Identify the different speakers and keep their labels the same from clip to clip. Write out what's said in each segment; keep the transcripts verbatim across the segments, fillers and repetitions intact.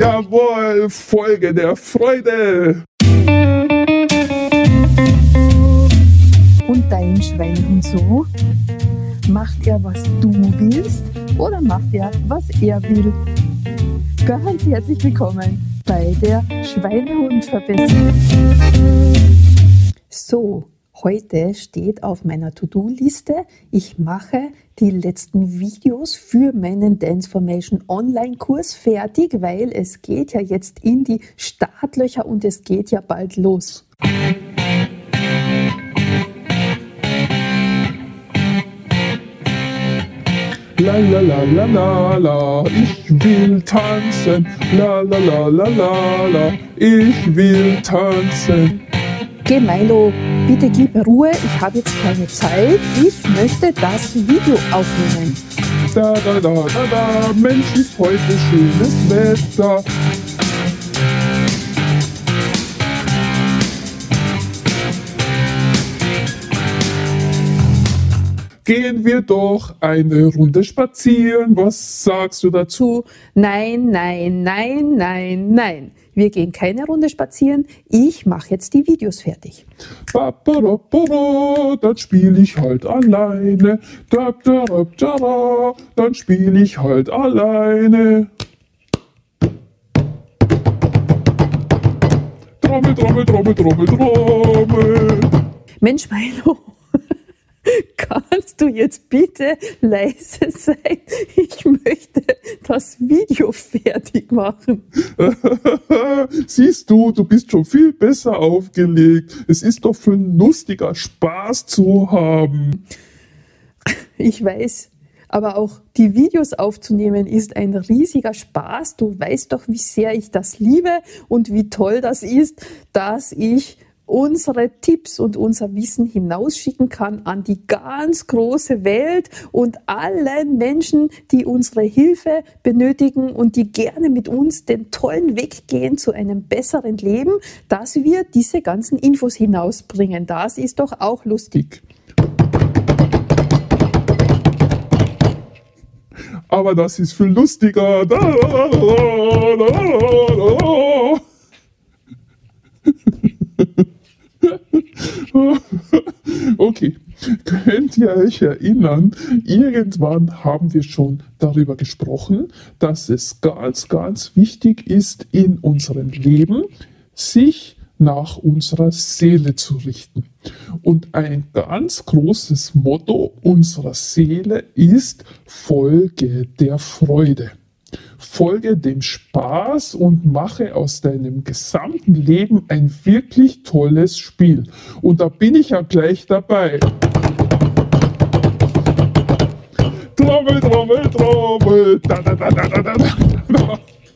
Speaker 1: Jawohl, Folge der Freude.
Speaker 2: Und dein Schweinehund so? Macht er, was du willst, oder macht er, was er will? Ganz herzlich willkommen bei der Schweinehund-Verbesserung. So, heute steht auf meiner To-Do-Liste, ich mache die letzten Videos für meinen Dance-Formation Online-Kurs fertig, weil es geht ja jetzt in die Startlöcher und es geht ja bald los.
Speaker 1: La la la la la la, ich will tanzen. La la la la la la, ich will tanzen.
Speaker 2: Geh Milo, bitte gib Ruhe, ich habe jetzt keine Zeit. Ich möchte das Video aufnehmen.
Speaker 1: Da da da da da, Mensch, ist heute schönes Wetter. Gehen wir doch eine Runde spazieren. Was sagst du dazu?
Speaker 2: Nein, nein, nein, nein, nein. Wir gehen keine Runde spazieren. Ich mache jetzt die Videos fertig.
Speaker 1: Ba, ba, da, ba, da, dann spiele ich halt alleine. Da, da, da, da, da, dann spiele ich halt alleine. Trommel, Trommel, Trommel, Trommel, Trommel.
Speaker 2: Mensch, Milo. Kannst du jetzt bitte leise sein? Ich möchte das Video fertig machen.
Speaker 1: Siehst du, du bist schon viel besser aufgelegt. Es ist doch für ein lustiger Spaß zu haben.
Speaker 2: Ich weiß, aber auch die Videos aufzunehmen ist ein riesiger Spaß. Du weißt doch, wie sehr ich das liebe und wie toll das ist, dass ich unsere Tipps und unser Wissen hinausschicken kann an die ganz große Welt und allen Menschen, die unsere Hilfe benötigen und die gerne mit uns den tollen Weg gehen zu einem besseren Leben, dass wir diese ganzen Infos hinausbringen. Das ist doch auch lustig.
Speaker 1: Aber das ist viel lustiger. Okay, könnt ihr euch erinnern, irgendwann haben wir schon darüber gesprochen, dass es ganz, ganz wichtig ist in unserem Leben, sich nach unserer Seele zu richten. Und ein ganz großes Motto unserer Seele ist: Folge der Freude. Folge dem Spaß und mache aus deinem gesamten Leben ein wirklich tolles Spiel. Und da bin ich ja gleich dabei. Trommel, Trommel, Trommel. Da, da, da, da, da, da, da.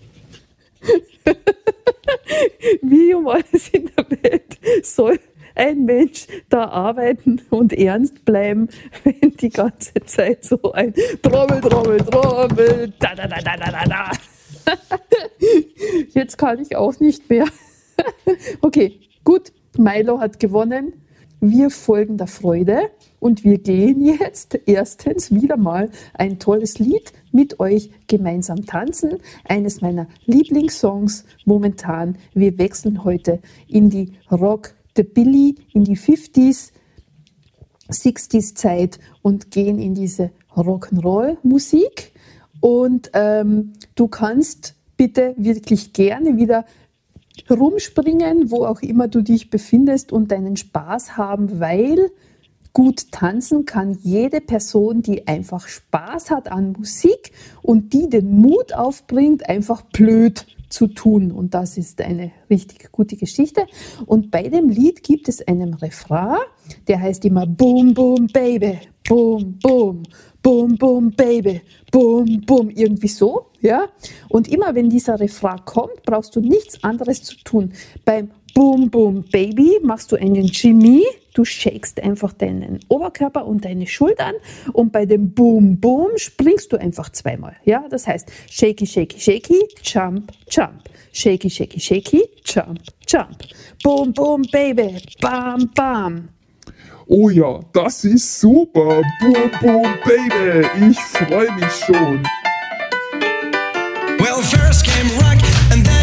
Speaker 2: Wie um alles in der Welt soll ein Mensch da arbeiten und ernst bleiben, wenn die ganze Zeit so ein Trommel, Trommel, Trommel, da, da, da, da, da, da, da. Jetzt kann ich auch nicht mehr. Okay, gut, Milo hat gewonnen. Wir folgen der Freude und wir gehen jetzt erstens wieder mal ein tolles Lied mit euch gemeinsam tanzen. Eines meiner Lieblingssongs momentan. Wir wechseln heute in die Rock The Billy in die fünfziger, sechziger Zeit und gehen in diese Rock'n'Roll-Musik. Und ähm, du kannst bitte wirklich gerne wieder rumspringen, wo auch immer du dich befindest und deinen Spaß haben, weil gut tanzen kann jede Person, die einfach Spaß hat an Musik und die den Mut aufbringt, einfach blöd zu tun. Und das ist eine richtig gute Geschichte. Und bei dem Lied gibt es einen Refrain, der heißt immer Boom, Boom, Baby, Boom, Boom, Boom, Boom, Baby, Boom, Boom, irgendwie so. Ja? Und immer wenn dieser Refrain kommt, brauchst du nichts anderes zu tun. Beim Boom, Boom, Baby machst du einen Jimmy, du shakest einfach deinen Oberkörper und deine Schultern und bei dem Boom, Boom springst du einfach zweimal. Ja, das heißt shaky, shaky, shaky, jump, jump, shaky, shaky, shaky, jump, jump, Boom, Boom, Baby, bam, bam.
Speaker 1: Oh ja, das ist super, Boom, Boom, Baby, ich freue mich schon.
Speaker 3: Well, first came rock and then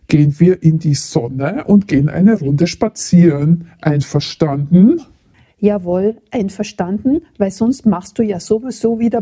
Speaker 1: gehen wir in die Sonne und gehen eine Runde spazieren. Einverstanden?
Speaker 2: Jawohl, einverstanden, weil sonst machst du ja sowieso wieder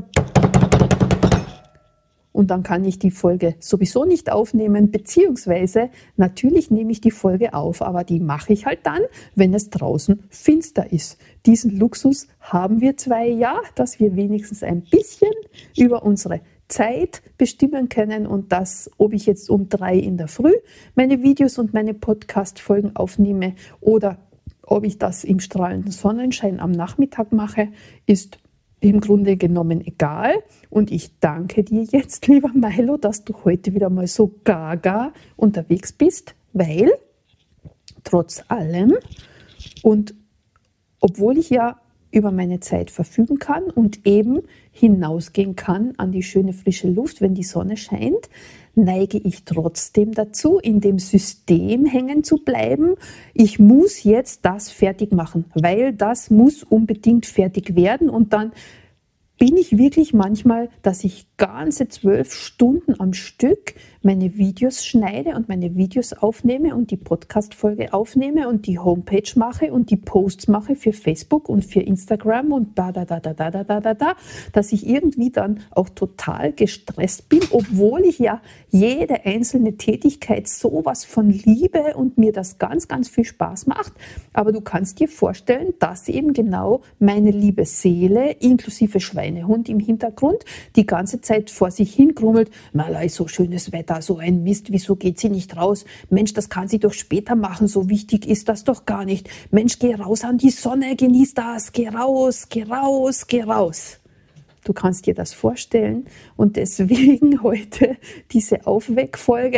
Speaker 2: und dann kann ich die Folge sowieso nicht aufnehmen, beziehungsweise natürlich nehme ich die Folge auf, aber die mache ich halt dann, wenn es draußen finster ist. Diesen Luxus haben wir zwei ja, dass wir wenigstens ein bisschen über unsere Zeit bestimmen können und das, ob ich jetzt um drei in der Früh meine Videos und meine Podcast-Folgen aufnehme oder ob ich das im strahlenden Sonnenschein am Nachmittag mache, ist im Grunde genommen egal. Und ich danke dir jetzt, lieber Milo, dass du heute wieder mal so gaga unterwegs bist, weil trotz allem und obwohl ich ja über meine Zeit verfügen kann und eben hinausgehen kann an die schöne frische Luft, wenn die Sonne scheint, neige ich trotzdem dazu, in dem System hängen zu bleiben. Ich muss jetzt das fertig machen, weil das muss unbedingt fertig werden und dann bin ich wirklich manchmal, dass ich ganze zwölf Stunden am Stück meine Videos schneide und meine Videos aufnehme und die Podcast-Folge aufnehme und die Homepage mache und die Posts mache für Facebook und für Instagram und da, da, da, da, da, da, da, da, da, dass ich irgendwie dann auch total gestresst bin, obwohl ich ja jede einzelne Tätigkeit sowas von liebe und mir das ganz, ganz viel Spaß macht. Aber du kannst dir vorstellen, dass eben genau meine liebe Seele, inklusive Schweinehund im Hintergrund, die ganze Zeit vor sich hin grummelt, Malai, so schönes Wetter, so ein Mist, wieso geht sie nicht raus? Mensch, das kann sie doch später machen, so wichtig ist das doch gar nicht. Mensch, geh raus an die Sonne, genieß das, geh raus, geh raus, geh raus. Du kannst dir das vorstellen und deswegen heute diese Aufweckfolge.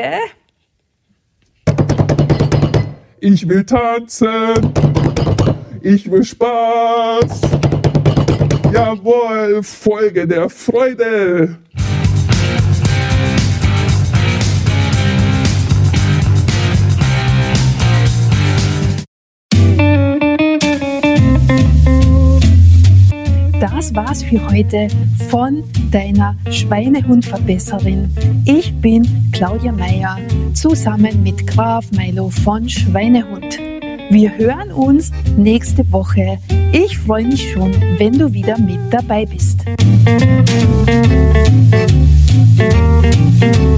Speaker 1: Ich will tanzen, ich will Spaß. Jawohl, Folge der Freude.
Speaker 2: Das war's für heute von deiner Schweinehundverbesserin. Ich bin Claudia Meier, zusammen mit Graf Milo von Schweinehund. Wir hören uns nächste Woche. Ich freue mich schon, wenn du wieder mit dabei bist.